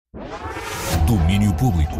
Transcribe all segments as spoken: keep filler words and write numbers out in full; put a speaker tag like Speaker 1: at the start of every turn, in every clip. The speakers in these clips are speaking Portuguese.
Speaker 1: Domínio Público.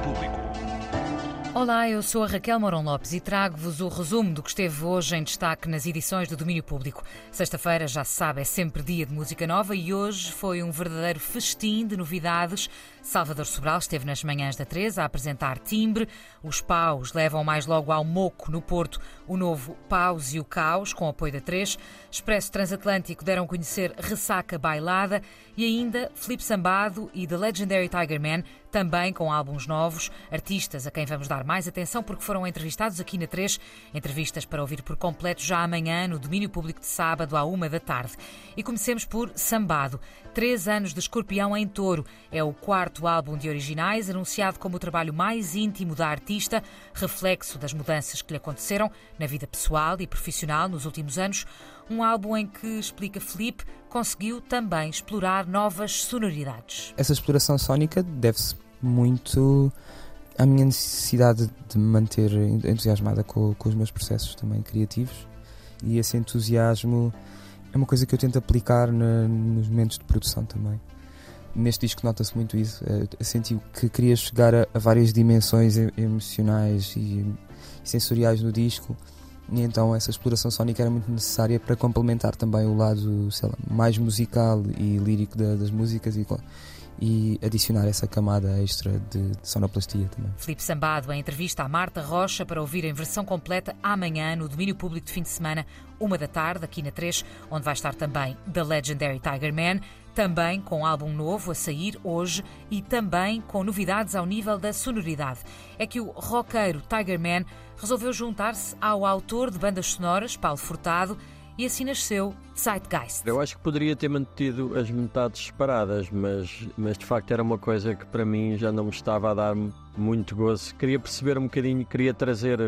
Speaker 2: Olá, eu sou a Raquel Mourão Lopes e trago-vos o resumo do que esteve hoje em destaque nas edições do Domínio Público. Sexta-feira, já se sabe, é sempre dia de música nova e hoje foi um verdadeiro festim de novidades. Salvador Sobral esteve nas manhãs da três a apresentar Timbre. Os Paus levam mais logo ao Moco, no Porto, o novo Paus e o Caos, com apoio da três. Expresso Transatlântico deram a conhecer Ressaca Bailada e ainda Filipe Sambado e The Legendary Tiger Man, também com álbuns novos, artistas a quem vamos dar mais atenção porque foram entrevistados aqui na três. Entrevistas para ouvir por completo já amanhã no Domínio Público de sábado à uma da tarde. E comecemos por Sambado. Três anos de Escorpião em Touro. É o quarto álbum de originais, anunciado como o trabalho mais íntimo da artista, reflexo das mudanças que lhe aconteceram na vida pessoal e profissional nos últimos anos. Um álbum em que, explica Filipe, conseguiu também explorar novas sonoridades.
Speaker 3: Essa exploração sónica deve-se muito à minha necessidade de me manter entusiasmada com, com os meus processos também criativos, e esse entusiasmo é uma coisa que eu tento aplicar na, nos momentos de produção também. Neste disco nota-se muito isso. Eu senti que queria chegar a, a várias dimensões emocionais e, e sensoriais no disco, e então essa exploração sónica era muito necessária para complementar também o lado, sei lá, mais musical e lírico da, das músicas e, e adicionar essa camada extra de, de sonoplastia também.
Speaker 2: Filipe Sambado em entrevista à Marta Rocha para ouvir em versão completa amanhã no Domínio Público de fim de semana, uma da tarde, aqui na três, onde vai estar também The Legendary Tiger Man, também com álbum novo a sair hoje e também com novidades ao nível da sonoridade. É que o roqueiro Tiger Man resolveu juntar-se ao autor de bandas sonoras, Paulo Furtado, e assim nasceu Zeitgeist.
Speaker 4: Eu acho que poderia ter mantido as metades separadas, mas, mas de facto era uma coisa que para mim já não me estava a dar muito gozo. Queria perceber um bocadinho, queria trazer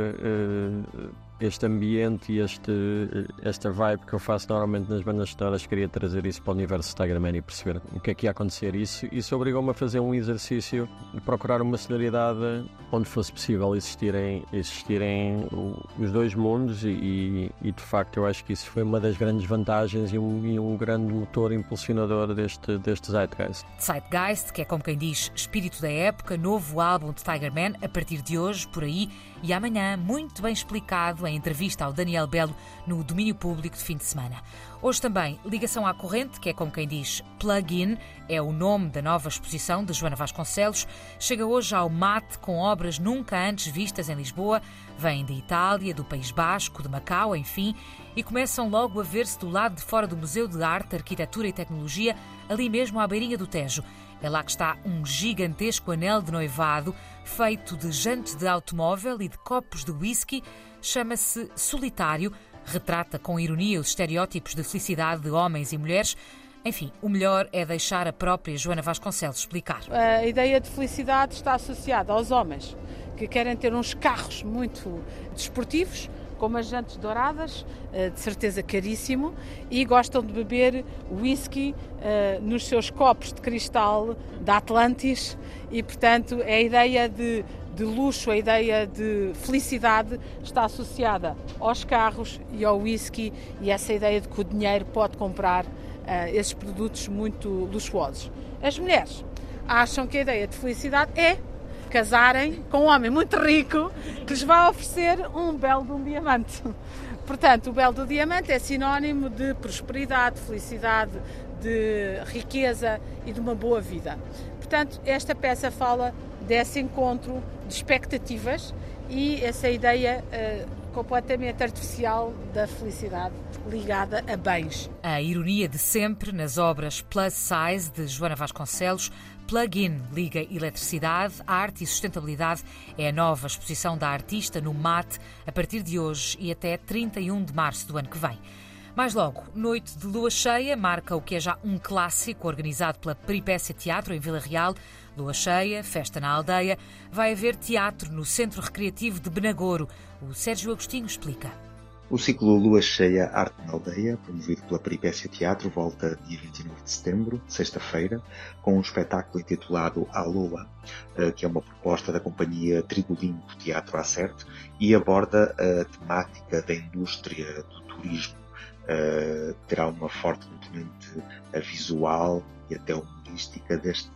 Speaker 4: uh, este ambiente e este, esta vibe que eu faço normalmente nas bandas sonoras, queria trazer isso para o universo Tiger Man e perceber o que é que ia acontecer. Isso, isso obrigou-me a fazer um exercício de procurar uma sonoridade onde fosse possível existirem, existirem os dois mundos e, e de facto eu acho que isso foi uma das grandes vantagens e um, e um grande motor impulsionador deste, deste Zeitgeist.
Speaker 2: Zeitgeist, que é como quem diz espírito da época, novo álbum de Tiger Man a partir de hoje, por aí, e amanhã, muito bem explicado em entrevista ao Daniel Belo no Domínio Público de fim de semana. Hoje também, Ligação à Corrente, que é como quem diz plug-in, é o nome da nova exposição de Joana Vasconcelos. Chega hoje ao MAT com obras nunca antes vistas em Lisboa. Vêm de Itália, do País Basco, de Macau, enfim, e começam logo a ver-se do lado de fora do Museu de Arte, Arquitetura e Tecnologia, ali mesmo à beirinha do Tejo. É lá que está um gigantesco anel de noivado feito de jante de automóvel e de copos de whisky. Chama-se Solitário, retrata com ironia os estereótipos de felicidade de homens e mulheres. Enfim, o melhor é deixar a própria Joana Vasconcelos explicar.
Speaker 5: A ideia de felicidade está associada aos homens que querem ter uns carros muito desportivos, com umas jantes douradas, de certeza caríssimo, e gostam de beber whisky uh, nos seus copos de cristal da Atlantis, e portanto a ideia de, de luxo, a ideia de felicidade está associada aos carros e ao whisky, e essa ideia de que o dinheiro pode comprar uh, esses produtos muito luxuosos. As mulheres acham que a ideia de felicidade é casarem com um homem muito rico que lhes vai oferecer um belo de um diamante. Portanto, o belo do diamante é sinónimo de prosperidade, de felicidade, de riqueza e de uma boa vida. Portanto, esta peça fala desse encontro de expectativas e essa ideia uh, completamente artificial da felicidade ligada a bens.
Speaker 2: A ironia de sempre nas obras Plus Size de Joana Vasconcelos. Plug-in liga eletricidade, arte e sustentabilidade. É a nova exposição da artista no MAT a partir de hoje e até trinta e um de março do ano que vem. Mais logo, Noite de Lua Cheia marca o que é já um clássico organizado pela Peripécia Teatro em Vila Real. Lua Cheia, festa na aldeia. Vai haver teatro no Centro Recreativo de Benagouro. O Sérgio Agostinho explica.
Speaker 6: O ciclo Lua Cheia Arte na Aldeia, promovido pela Peripécia Teatro, volta dia vinte e nove de setembro, sexta-feira, com um espetáculo intitulado A Lua, que é uma proposta da companhia Trigo Limpo Teatro Acerte e aborda a temática da indústria do turismo. Terá uma forte componente visual e até humorística deste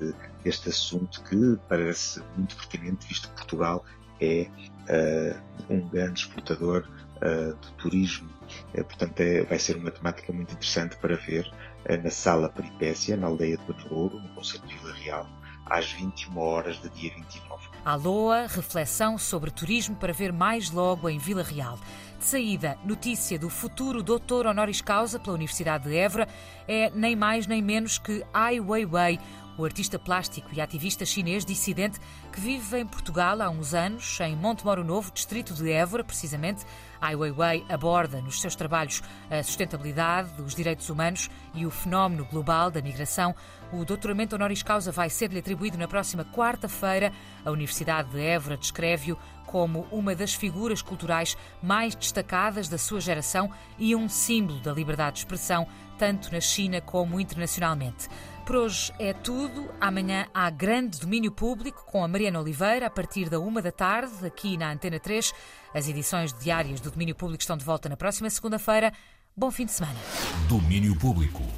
Speaker 6: este assunto que parece muito pertinente, visto que Portugal é uh, um grande exportador uh, de turismo. Uh, portanto, é, vai ser uma temática muito interessante para ver uh, na Sala Peripécia, na aldeia de Banaouro, no concelho de Vila Real, às vinte e uma horas do dia vinte e nove.
Speaker 2: A LOA, reflexão sobre turismo para ver mais logo em Vila Real. De saída, notícia do futuro doutor honoris causa pela Universidade de Évora é nem mais nem menos que Ai Weiwei, o artista plástico e ativista chinês dissidente que vive em Portugal há uns anos, em Montemoro Novo, distrito de Évora, precisamente. Ai Weiwei aborda nos seus trabalhos a sustentabilidade, os direitos humanos e o fenómeno global da migração. O doutoramento honoris causa vai ser-lhe atribuído na próxima quarta-feira. A Universidade de Évora descreve-o como uma das figuras culturais mais destacadas da sua geração e um símbolo da liberdade de expressão, tanto na China como internacionalmente. Por hoje é tudo. Amanhã há grande domínio público com a Mariana Oliveira, a partir da uma da tarde, aqui na Antena três. As edições diárias do Domínio Público estão de volta na próxima segunda-feira. Bom fim de semana.
Speaker 1: Domínio Público.